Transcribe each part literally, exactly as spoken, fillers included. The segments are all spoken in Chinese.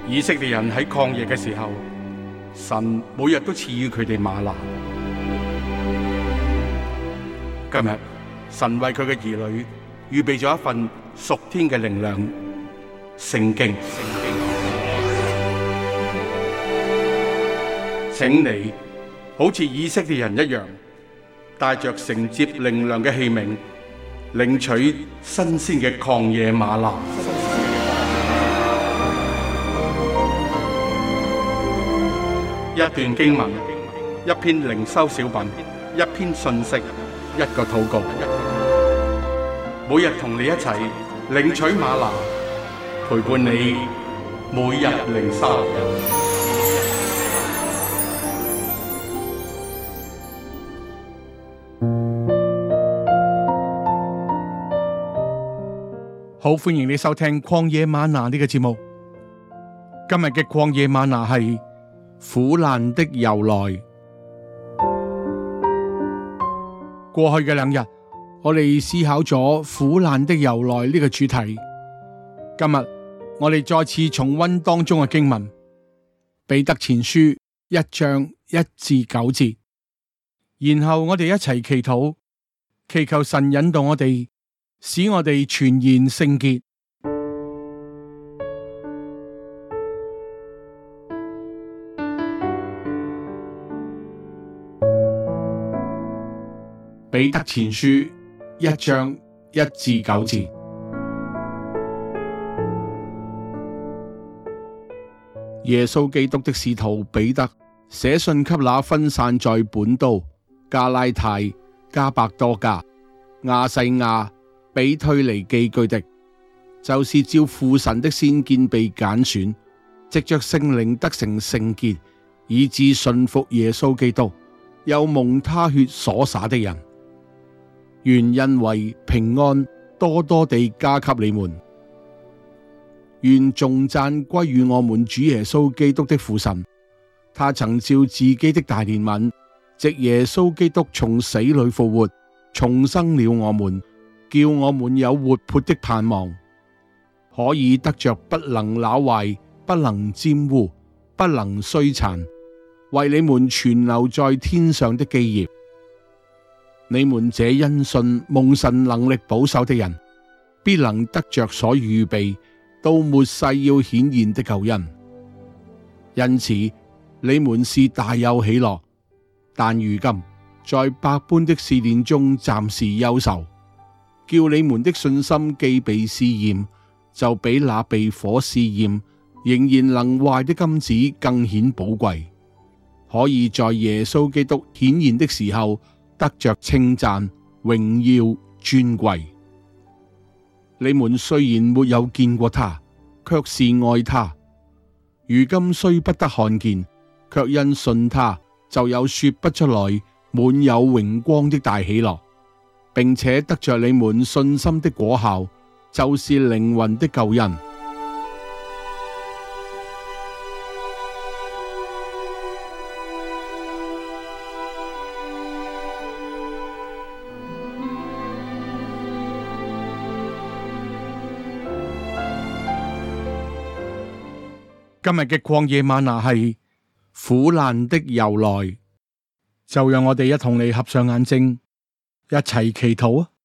以色列人喺曠野嘅時候，神每日都賜予佢哋嗎哪。今日神為佢嘅兒女預備咗一份屬天嘅靈糧——聖經。請你好似以色列人一樣，帶着承接靈糧嘅器皿，領取新鮮嘅曠野嗎哪。一段經文，一篇靈修小品，一篇信息，一個禱告。每日同你一齊領取嗎哪，陪伴你每日靈修。好，歡迎你收聽曠野嗎哪呢個節目。今日嘅曠野嗎哪係苦難的由來。過去嘅兩日，我哋思考咗苦難的由來呢個主題。今日我哋再次重溫當中嘅經文，彼得前書一章一至九節，然後我哋一齊祈禱，祈求神引導我哋，使我哋全然聖潔。彼得前書一章一至九節，耶穌基督的使徒彼得寫信給那分散在本都、加拉太、加百多家、亞細亞、比推尼寄居的，就是照父神的先見被揀選，藉着聖靈得成聖潔，以致信服耶穌基督，又蒙他血所灑的人。願恩惠平安多多地加給你們。願頌讚歸於我們主耶穌基督的父神，他曾照自己的大憐憫，藉耶穌基督從死裏復活，重生了我們，叫我們有活潑的盼望，可以得着不能朽壞、不能沾污、不能衰殘，為你們存留在天上的基業。你們這因信蒙神能力保守的人，必能得着所預備到末世要顯現的救恩。因此你們是大有喜樂，但如今在百般的試煉中暫時憂愁，叫你們的信心既被試驗，就比那被火試驗仍然能壞的金子更顯寶貴，可以在耶穌基督顯現的時候得着稱讚、榮耀、尊貴。你們雖然沒有見過他，卻是愛他；如今雖不得看見，卻因信他，就有說不出來、滿有榮光的大喜樂，並且得着你們信心的果效，就是靈魂的救恩。今日嘅曠野嗎哪係苦難的由來，就讓我哋一同嚟合上眼睛，一齊祈禱啊！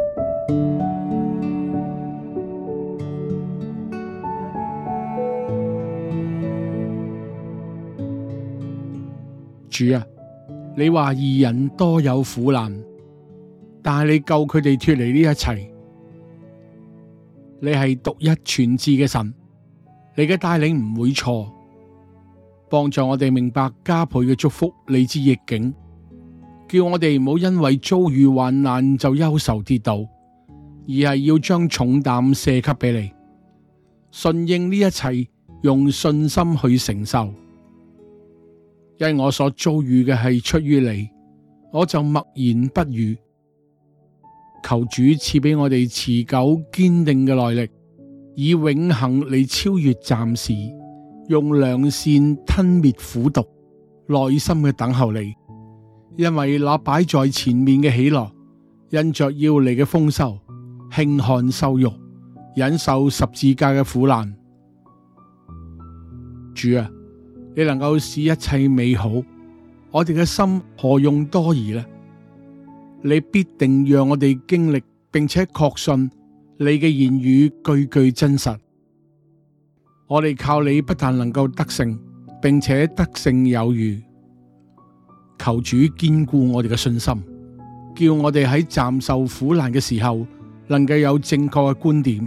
主啊，你話義人多有苦難，但係你救佢哋脫離呢一切。你係獨一全智嘅神。你嘅帶領唔會錯，幫助我哋明白加倍嘅祝福嚟自逆境，叫我哋唔好因為遭遇患難就憂愁跌倒，而係要將重擔卸給俾你，順應呢一切，用信心去承受。因我所遭遇嘅係出於你，我就默然不語。求主賜俾我哋持久堅定嘅耐力，以永恆嚟超越暫時，用良善吞滅苦毒，耐心嘅等候你，因為那擺在前面嘅喜樂，因着要嚟嘅豐收，輕看羞辱，忍受十字架嘅苦難。 主啊，你能夠使一切美好，我哋嘅心何用多疑呢？你必定讓我哋經歷並且確信你嘅言語句句真實。我哋靠你不但能夠得勝，並且得勝有餘。求主堅固我哋嘅信心，叫我哋喺暫受苦難嘅時候，能夠有正確嘅觀點。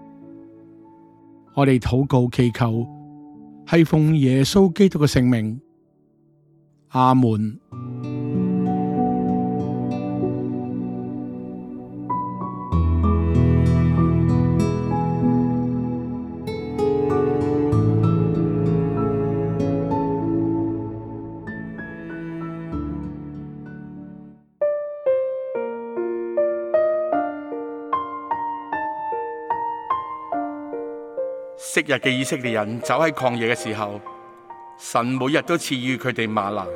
我哋禱告祈求，係奉耶穌基督嘅聖名。阿門。 昔日嘅以色列人走喺曠野嘅時候，神每日都賜予佢哋嗎哪。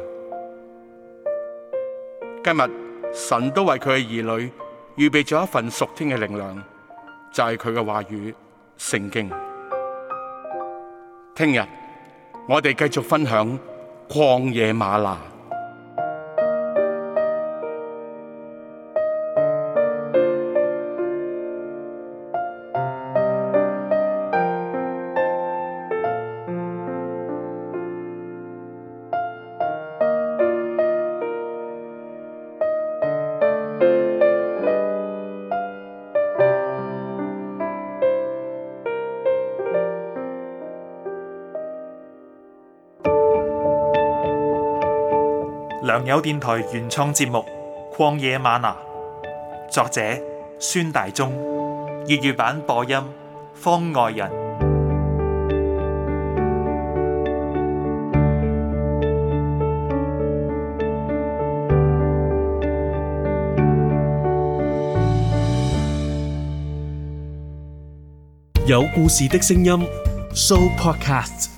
今日神都為佢嘅兒女預備咗一份屬天嘅靈糧，就係佢嘅話語聖經。聽日我哋繼續分享曠野嗎哪。 良友電台原創節目《曠野嗎哪》，作者孫大中，粵語版播音方外人， 有故事的聲音 Show Podcast。